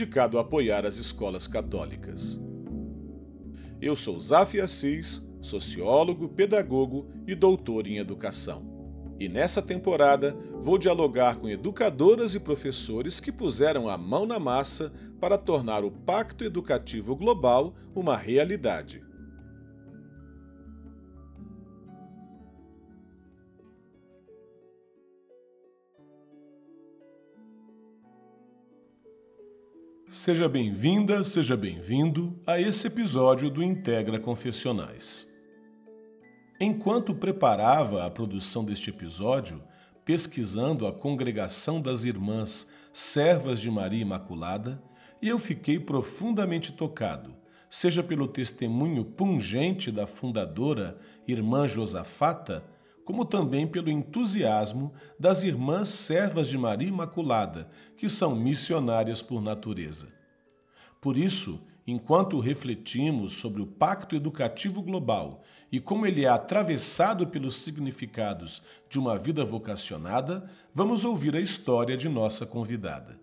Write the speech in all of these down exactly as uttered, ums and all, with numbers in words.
dedicado a apoiar as escolas católicas. Eu sou Zaf Assis, sociólogo, pedagogo e doutor em educação. E nessa temporada vou dialogar com educadoras e professores que puseram a mão na massa para tornar o Pacto Educativo Global uma realidade. Seja bem-vinda, seja bem-vindo a esse episódio do Integra Confessionais. Enquanto preparava a produção deste episódio, pesquisando a Congregação das Irmãs Servas de Maria Imaculada, eu fiquei profundamente tocado, seja pelo testemunho pungente da fundadora, Irmã Josafata, como também pelo entusiasmo das Irmãs Servas de Maria Imaculada, que são missionárias por natureza. Por isso, enquanto refletimos sobre o Pacto Educativo Global e como ele é atravessado pelos significados de uma vida vocacionada, vamos ouvir a história de nossa convidada.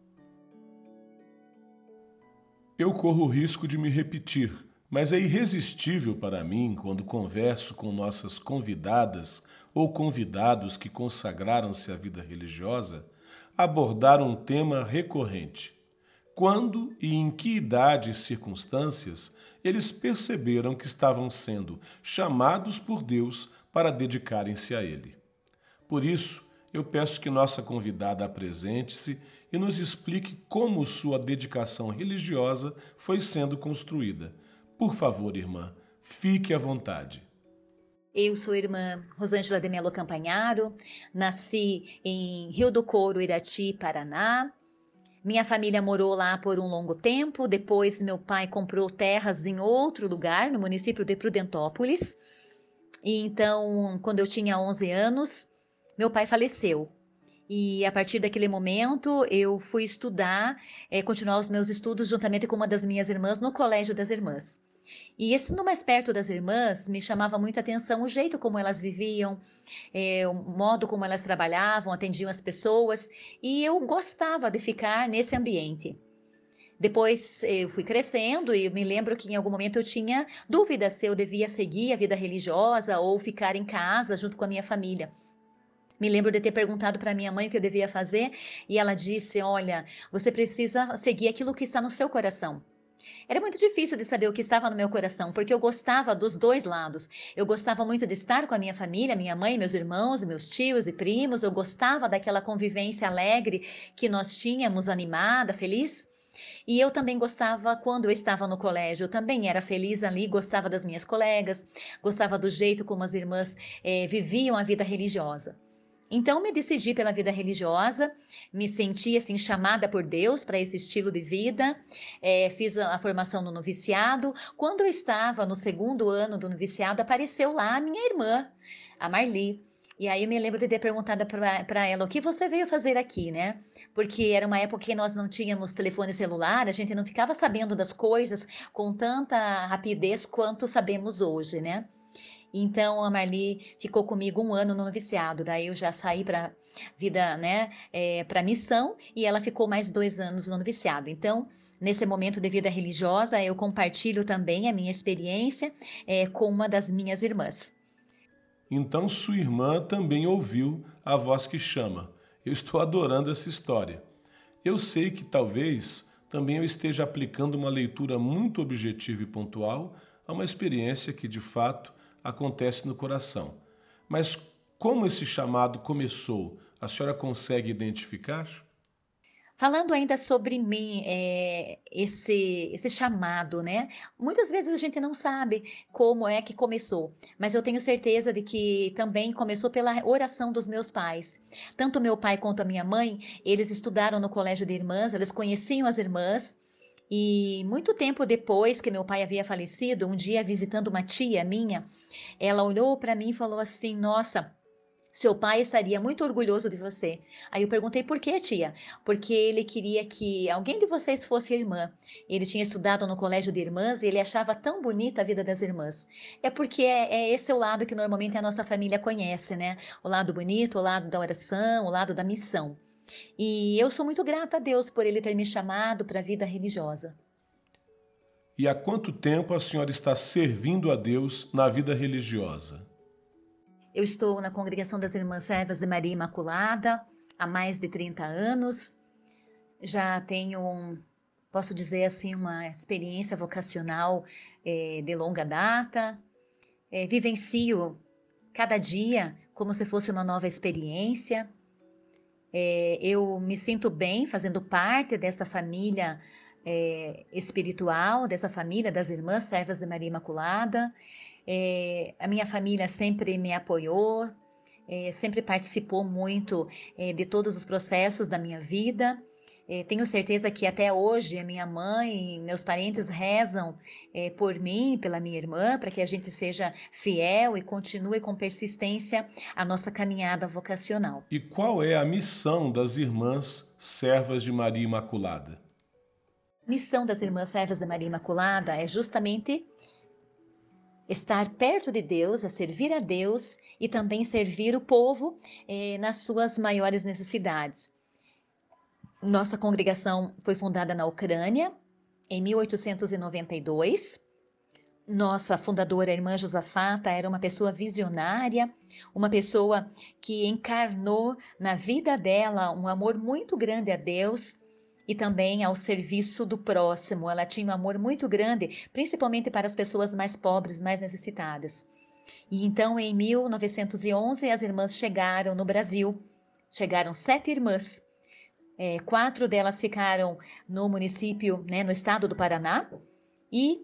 Eu corro o risco de me repetir, mas é irresistível para mim, quando converso com nossas convidadas ou convidados que consagraram-se à vida religiosa, abordar um tema recorrente. Quando e em que idade e circunstâncias eles perceberam que estavam sendo chamados por Deus para dedicarem-se a Ele. Por isso, eu peço que nossa convidada apresente-se e nos explique como sua dedicação religiosa foi sendo construída. Por favor, irmã, fique à vontade. Eu sou a irmã Rosângela de Melo Campanharo, nasci em Rio do Couro, Irati, Paraná. Minha família morou lá por um longo tempo, depois meu pai comprou terras em outro lugar, no município de Prudentópolis. E então, quando eu tinha onze anos, meu pai faleceu. E a partir daquele momento, eu fui estudar, é, continuar os meus estudos juntamente com uma das minhas irmãs no Colégio das Irmãs. E estando mais perto das irmãs, me chamava muito a atenção o jeito como elas viviam, é, o modo como elas trabalhavam, atendiam as pessoas, e eu gostava de ficar nesse ambiente. Depois eu fui crescendo e eu me lembro que em algum momento eu tinha dúvida se eu devia seguir a vida religiosa ou ficar em casa junto com a minha família. Me lembro de ter perguntado para minha mãe o que eu devia fazer e ela disse, olha, você precisa seguir aquilo que está no seu coração. Era muito difícil de saber o que estava no meu coração, porque eu gostava dos dois lados. Eu gostava muito de estar com a minha família, minha mãe, meus irmãos, meus tios e primos. Eu gostava daquela convivência alegre que nós tínhamos, animada, feliz. E eu também gostava, quando eu estava no colégio, eu também era feliz ali, gostava das minhas colegas, gostava do jeito como as irmãs eh, viviam a vida religiosa. Então me decidi pela vida religiosa, me senti assim chamada por Deus para esse estilo de vida, é, fiz a, a formação no noviciado. Quando eu estava no segundo ano do noviciado, apareceu lá a minha irmã, a Marli. E aí eu me lembro de ter perguntado para ela, o que você veio fazer aqui, né? Porque era uma época que nós não tínhamos telefone celular, a gente não ficava sabendo das coisas com tanta rapidez quanto sabemos hoje, né? Então a Marli ficou comigo um ano no noviciado, daí eu já saí para vida, né, é, para missão e ela ficou mais dois anos no noviciado. Então, nesse momento de vida religiosa, eu compartilho também a minha experiência é, com uma das minhas irmãs. Então sua irmã também ouviu a voz que chama. Eu estou adorando essa história. Eu sei que talvez também eu esteja aplicando uma leitura muito objetiva e pontual a uma experiência que, de fato, acontece no coração. Mas como esse chamado começou, a senhora consegue identificar? Falando ainda sobre mim, é, esse, esse chamado, né? Muitas vezes a gente não sabe como é que começou, mas eu tenho certeza de que também começou pela oração dos meus pais. Tanto meu pai quanto a minha mãe, eles estudaram no colégio de irmãs, eles conheciam as irmãs. E muito tempo depois que meu pai havia falecido, um dia visitando uma tia minha, ela olhou para mim e falou assim: Nossa, seu pai estaria muito orgulhoso de você. Aí eu perguntei por quê, tia? Porque ele queria que alguém de vocês fosse irmã. Ele tinha estudado no colégio de irmãs e ele achava tão bonita a vida das irmãs. É porque é, é esse o lado que normalmente a nossa família conhece, né? O lado bonito, o lado da oração, o lado da missão. E eu sou muito grata a Deus por Ele ter me chamado para a vida religiosa. E há quanto tempo a senhora está servindo a Deus na vida religiosa? Eu estou na Congregação das Irmãs Servas de Maria Imaculada há mais de trinta anos. Já tenho, um, posso dizer assim, uma experiência vocacional eh, de longa data. Eh, vivencio cada dia como se fosse uma nova experiência. É, eu me sinto bem fazendo parte dessa família é, espiritual, dessa família das Irmãs Servas de Maria Imaculada. É, a minha família sempre me apoiou, é, sempre participou muito é, de todos os processos da minha vida. É, tenho certeza que até hoje a minha mãe e meus parentes rezam é, por mim, pela minha irmã, para que a gente seja fiel e continue com persistência a nossa caminhada vocacional. E qual é a missão das Irmãs Servas de Maria Imaculada? A missão das Irmãs Servas da Maria Imaculada é justamente estar perto de Deus, é servir a Deus e também servir o povo eh, nas suas maiores necessidades. Nossa congregação foi fundada na Ucrânia em mil oitocentos e noventa e dois. Nossa fundadora, a irmã Josafata, era uma pessoa visionária, uma pessoa que encarnou na vida dela um amor muito grande a Deus e também ao serviço do próximo. Ela tinha um amor muito grande, principalmente para as pessoas mais pobres, mais necessitadas. E então, em mil novecentos e onze, as irmãs chegaram no Brasil. Chegaram sete irmãs. É, quatro delas ficaram no município, né, no estado do Paraná, e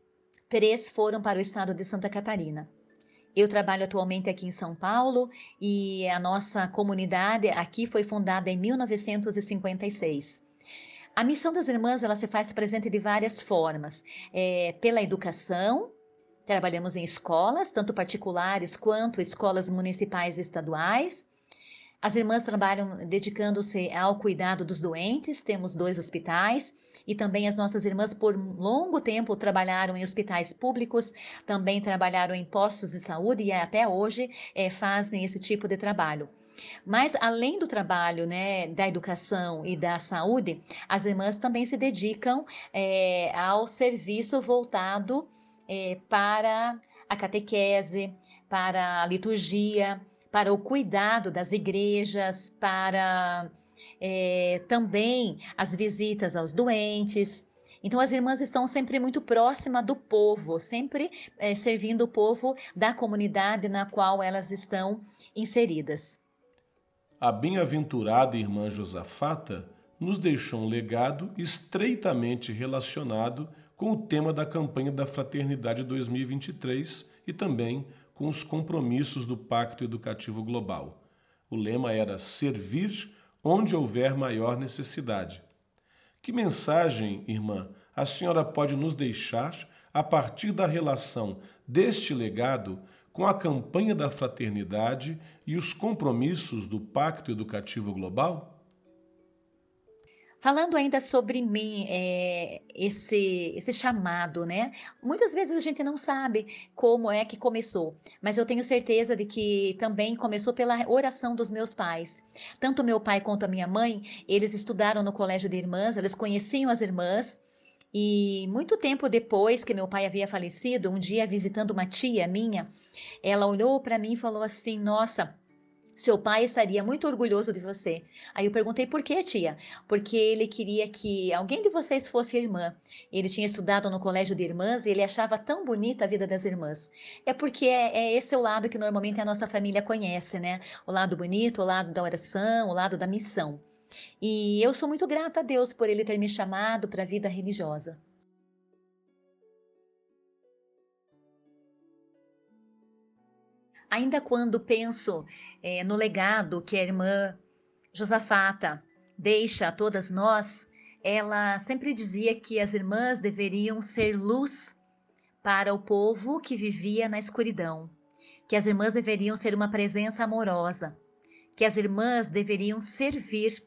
três foram para o estado de Santa Catarina. Eu trabalho atualmente aqui em São Paulo e a nossa comunidade aqui foi fundada em mil novecentos e cinquenta e seis. A missão das irmãs, ela se faz presente de várias formas. É, pela educação, trabalhamos em escolas, tanto particulares quanto escolas municipais e estaduais. As irmãs trabalham dedicando-se ao cuidado dos doentes, temos dois hospitais, e também as nossas irmãs por longo tempo trabalharam em hospitais públicos, também trabalharam em postos de saúde e até hoje é, fazem esse tipo de trabalho. Mas além do trabalho, né, da educação e da saúde, as irmãs também se dedicam é, ao serviço voltado é, para a catequese, para a liturgia, para o cuidado das igrejas, para é, também as visitas aos doentes. Então, as irmãs estão sempre muito próximas do povo, sempre é, servindo o povo da comunidade na qual elas estão inseridas. A bem-aventurada irmã Josafata nos deixou um legado estreitamente relacionado com o tema da campanha da Fraternidade dois mil e vinte e três e também com os compromissos do Pacto Educativo Global. O lema era servir onde houver maior necessidade. Que mensagem, irmã, a senhora pode nos deixar a partir da relação deste legado com a campanha da fraternidade e os compromissos do Pacto Educativo Global? Falando ainda sobre mim, é, esse, esse chamado, né? Muitas vezes a gente não sabe como é que começou, mas eu tenho certeza de que também começou pela oração dos meus pais. Tanto meu pai quanto a minha mãe, eles estudaram no colégio de irmãs, eles conheciam as irmãs. E muito tempo depois que meu pai havia falecido, um dia visitando uma tia minha, ela olhou para mim e falou assim: Nossa, seu pai estaria muito orgulhoso de você. Aí eu perguntei por quê, tia? Porque ele queria que alguém de vocês fosse irmã. Ele tinha estudado no colégio de irmãs e ele achava tão bonita a vida das irmãs. É porque é, é esse o lado que normalmente a nossa família conhece, né? O lado bonito, o lado da oração, o lado da missão. E eu sou muito grata a Deus por ele ter me chamado para a vida religiosa. Ainda quando penso eh, no legado que a irmã Josafata deixa a todas nós, ela sempre dizia que as irmãs deveriam ser luz para o povo que vivia na escuridão, que as irmãs deveriam ser uma presença amorosa, que as irmãs deveriam servir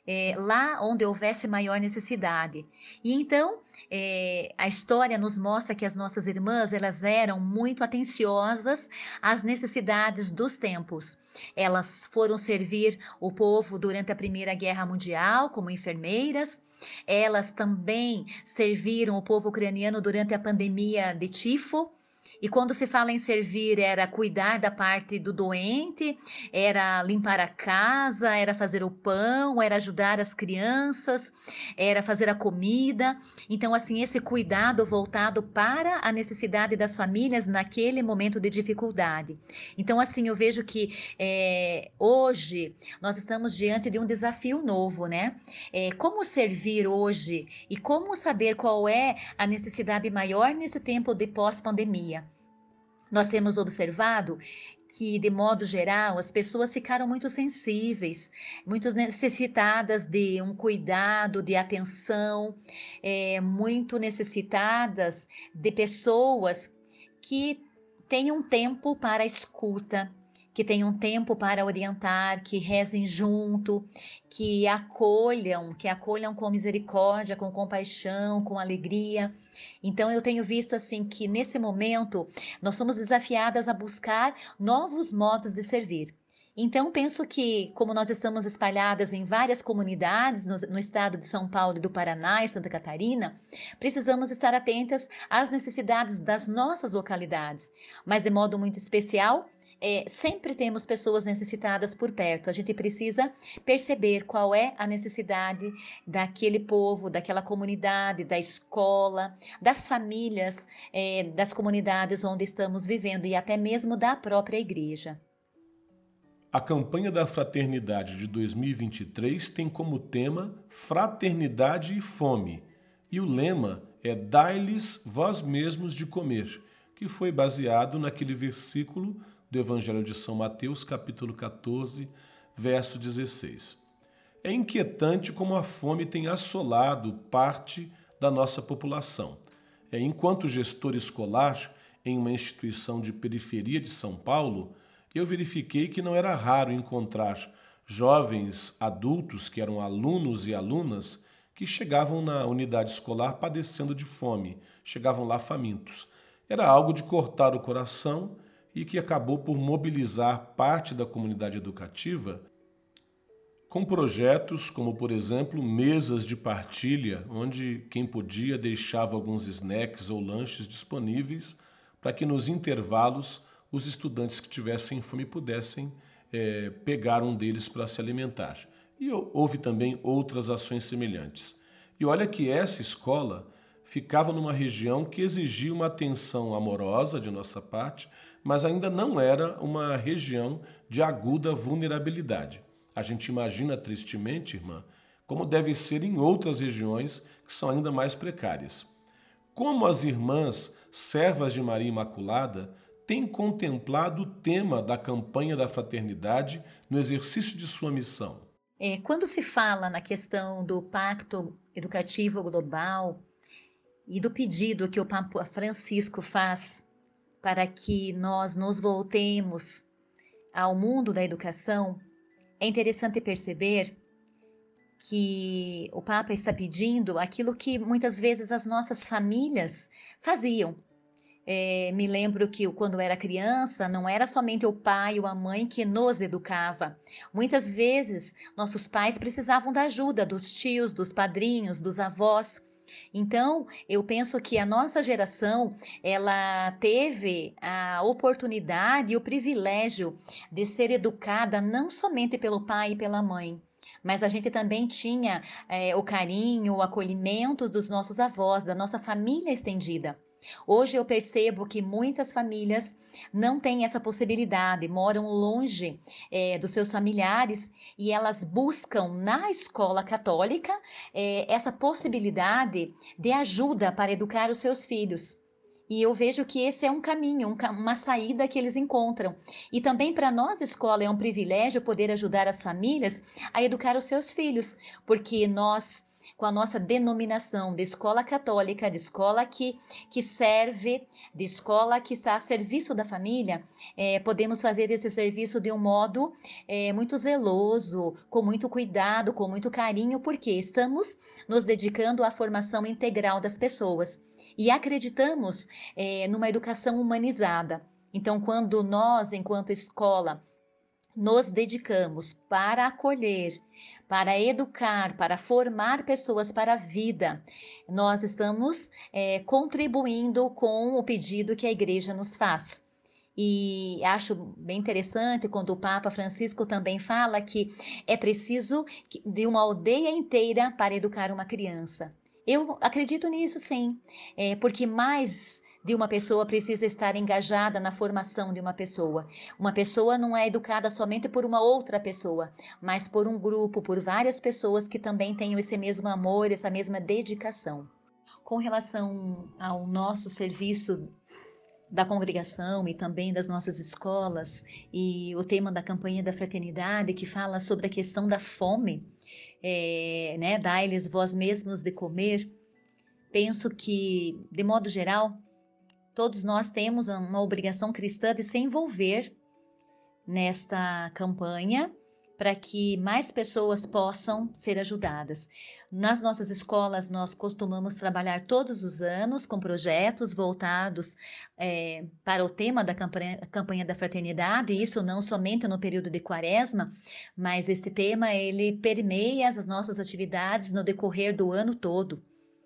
é, lá onde houvesse maior necessidade. E então, é, a história nos mostra que as nossas irmãs, elas eram muito atenciosas às necessidades dos tempos. Elas foram servir o povo durante a Primeira Guerra Mundial como enfermeiras, elas também serviram o povo ucraniano durante a pandemia de tifo. E quando se fala em servir, era cuidar da parte do doente, era limpar a casa, era fazer o pão, era ajudar as crianças, era fazer a comida. Então, assim, esse cuidado voltado para a necessidade das famílias naquele momento de dificuldade. Então, assim, eu vejo que é, hoje nós estamos diante de um desafio novo, né? É, como servir hoje e como saber qual é a necessidade maior nesse tempo de pós-pandemia? Nós temos observado que, de modo geral, as pessoas ficaram muito sensíveis, muito necessitadas de um cuidado, de atenção, é, muito necessitadas de pessoas que tenham tempo para a escuta, que tenham tempo para orientar, que rezem junto, que acolham, que acolham com misericórdia, com compaixão, com alegria. Então eu tenho visto assim que nesse momento nós somos desafiadas a buscar novos modos de servir. Então, penso que, como nós estamos espalhadas em várias comunidades no, no estado de São Paulo e do Paraná e Santa Catarina, precisamos estar atentas às necessidades das nossas localidades, mas de modo muito especial, é, sempre temos pessoas necessitadas por perto. A gente precisa perceber qual é a necessidade daquele povo, daquela comunidade, da escola, das famílias, é, das comunidades onde estamos vivendo e até mesmo da própria igreja. A campanha da Fraternidade de dois mil e vinte e três tem como tema Fraternidade e Fome, e o lema é Dai-lhes vós mesmos de comer, que foi baseado naquele versículo do Evangelho de São Mateus, capítulo quatorze, verso dezesseis. É inquietante como a fome tem assolado parte da nossa população. É, enquanto gestor escolar em uma instituição de periferia de São Paulo, eu verifiquei que não era raro encontrar jovens adultos que eram alunos e alunas que chegavam na unidade escolar padecendo de fome, chegavam lá famintos. Era algo de cortar o coração e que acabou por mobilizar parte da comunidade educativa com projetos como, por exemplo, mesas de partilha, onde quem podia deixava alguns snacks ou lanches disponíveis para que nos intervalos os estudantes que tivessem fome pudessem é, pegar um deles para se alimentar. E houve também outras ações semelhantes. E olha que essa escola ficava numa região que exigia uma atenção amorosa de nossa parte, mas ainda não era uma região de aguda vulnerabilidade. A gente imagina tristemente, irmã, como deve ser em outras regiões que são ainda mais precárias. Como as irmãs servas de Maria Imaculada têm contemplado o tema da campanha da fraternidade no exercício de sua missão? É, quando se fala na questão do Pacto Educativo Global e do pedido que o Papa Francisco faz para que nós nos voltemos ao mundo da educação, é interessante perceber que o Papa está pedindo aquilo que muitas vezes as nossas famílias faziam. É, me lembro que quando eu era criança, não era somente o pai ou a mãe que nos educava. Muitas vezes, nossos pais precisavam da ajuda dos tios, dos padrinhos, dos avós. Então, eu penso que a nossa geração, ela teve a oportunidade e o privilégio de ser educada não somente pelo pai e pela mãe, mas a gente também tinha é, o carinho, o acolhimento dos nossos avós, da nossa família estendida. Hoje eu percebo que muitas famílias não têm essa possibilidade, moram longe é, dos seus familiares e elas buscam na escola católica é, essa possibilidade de ajuda para educar os seus filhos. E eu vejo que esse é um caminho, um, uma saída que eles encontram. E também para nós, escola, é um privilégio poder ajudar as famílias a educar os seus filhos, porque nós com a nossa denominação de escola católica, de escola que, que serve, de escola que está a serviço da família, é, podemos fazer esse serviço de um modo é, muito zeloso, com muito cuidado, com muito carinho, porque estamos nos dedicando à formação integral das pessoas e acreditamos é, numa educação humanizada. Então, quando nós, enquanto escola, nos dedicamos para acolher, para educar, para formar pessoas para a vida, nós estamos é, contribuindo com o pedido que a igreja nos faz. E acho bem interessante quando o Papa Francisco também fala que é preciso de uma aldeia inteira para educar uma criança. Eu acredito nisso, sim, é, porque mais de uma pessoa precisa estar engajada na formação de uma pessoa. Uma pessoa não é educada somente por uma outra pessoa, mas por um grupo, por várias pessoas que também tenham esse mesmo amor, essa mesma dedicação. Com relação ao nosso serviço da congregação e também das nossas escolas, e o tema da campanha da fraternidade, que fala sobre a questão da fome, é, né, dai-lhes vós mesmos de comer, penso que, de modo geral, todos nós temos uma obrigação cristã de se envolver nesta campanha para que mais pessoas possam ser ajudadas. Nas nossas escolas, nós costumamos trabalhar todos os anos com projetos voltados é, para o tema da campanha, campanha da fraternidade, e isso não somente no período de quaresma, mas esse tema ele permeia as nossas atividades no decorrer do ano todo.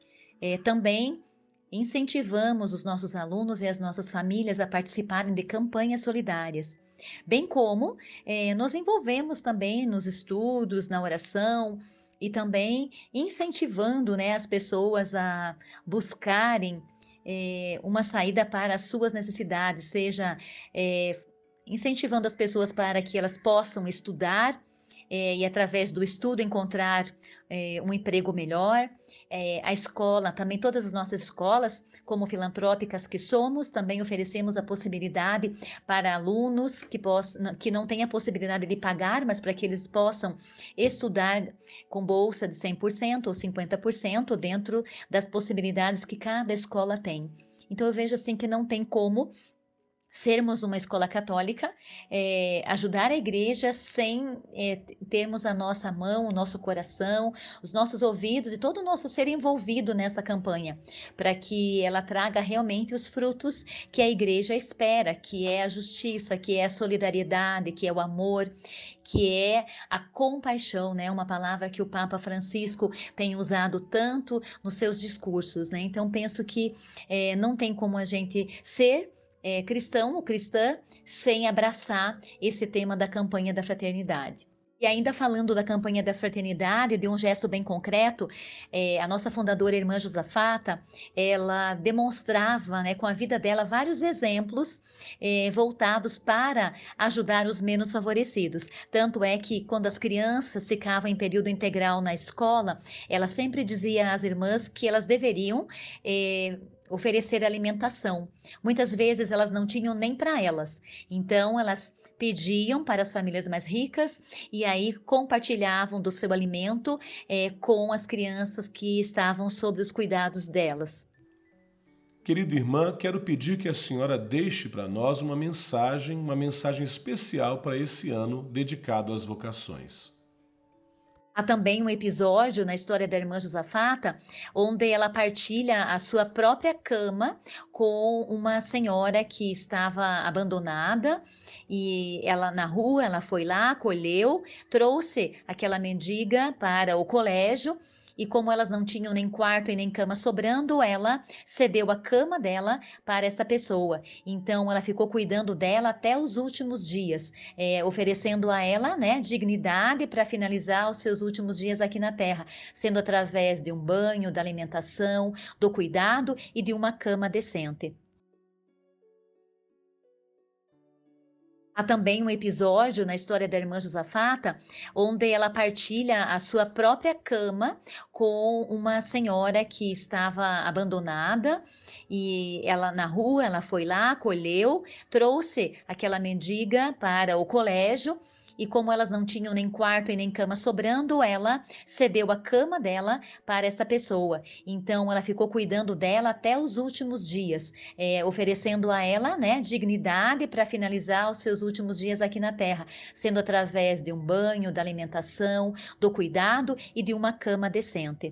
É, também incentivamos os nossos alunos e as nossas famílias a participarem de campanhas solidárias, bem como eh, nos envolvemos também nos estudos, na oração e também incentivando, né, as pessoas a buscarem eh, uma saída para as suas necessidades, seja eh, incentivando as pessoas para que elas possam estudar é, e através do estudo encontrar é, um emprego melhor. É, a escola, também todas as nossas escolas, como filantrópicas que somos, também oferecemos a possibilidade para alunos que, possam, que não têm a possibilidade de pagar, mas para que eles possam estudar com bolsa de cem por cento ou cinquenta por cento dentro das possibilidades que cada escola tem. Então eu vejo assim que não tem como sermos uma escola católica, é, ajudar a igreja sem é, termos a nossa mão, o nosso coração, os nossos ouvidos e todo o nosso ser envolvido nessa campanha, para que ela traga realmente os frutos que a igreja espera, que é a justiça, que é a solidariedade, que é o amor, que é a compaixão, né? Uma palavra que o Papa Francisco tem usado tanto nos seus discursos, né? Então penso que é, não tem como a gente ser É, cristão ou cristã sem abraçar esse tema da campanha da fraternidade. E ainda falando da campanha da fraternidade, de um gesto bem concreto, é, a nossa fundadora, Irmã Josafata, ela demonstrava, né, com a vida dela, vários exemplos é, voltados para ajudar os menos favorecidos. Tanto é que, quando as crianças ficavam em período integral na escola, ela sempre dizia às irmãs que elas deveriam é, oferecer alimentação. Muitas vezes elas não tinham nem para elas, então elas pediam para as famílias mais ricas e aí compartilhavam do seu alimento é, com as crianças que estavam sob os cuidados delas. Querida irmã, quero pedir que a senhora deixe para nós uma mensagem, uma mensagem especial para esse ano dedicado às vocações. Há também um episódio na história da irmã Josafata, onde ela partilha a sua própria cama com uma senhora que estava abandonada e ela na rua, ela foi lá, acolheu, trouxe aquela mendiga para o colégio. E como elas não tinham nem quarto e nem cama sobrando, ela cedeu a cama dela para essa pessoa. Então, ela ficou cuidando dela até os últimos dias, é, oferecendo a ela, né, dignidade para finalizar os seus últimos dias aqui na Terra, sendo através de um banho, da alimentação, do cuidado e de uma cama decente. Há também um episódio na história da irmã Josafata, onde ela partilha a sua própria cama com uma senhora que estava abandonada e ela na rua, ela foi lá, acolheu, trouxe aquela mendiga para o colégio e como elas não tinham nem quarto e nem cama sobrando, ela cedeu a cama dela para essa pessoa. Então ela ficou cuidando dela até os últimos dias, é, oferecendo a ela, né, dignidade para finalizar os seus últimos dias aqui na Terra, sendo através de um banho, da alimentação, do cuidado e de uma cama decente.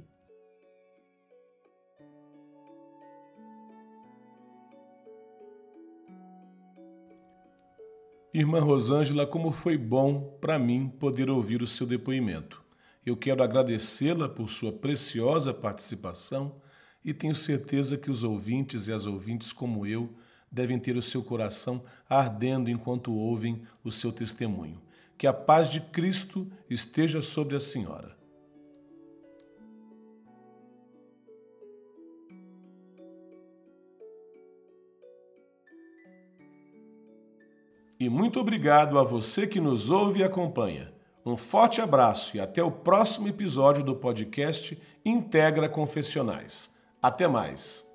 Irmã Rosângela, como foi bom para mim poder ouvir o seu depoimento. Eu quero agradecê-la por sua preciosa participação e tenho certeza que os ouvintes e as ouvintes como eu devem ter o seu coração ardendo enquanto ouvem o seu testemunho. Que a paz de Cristo esteja sobre a senhora. E muito obrigado a você que nos ouve e acompanha. Um forte abraço e até o próximo episódio do podcast Integra Confessionais. Até mais!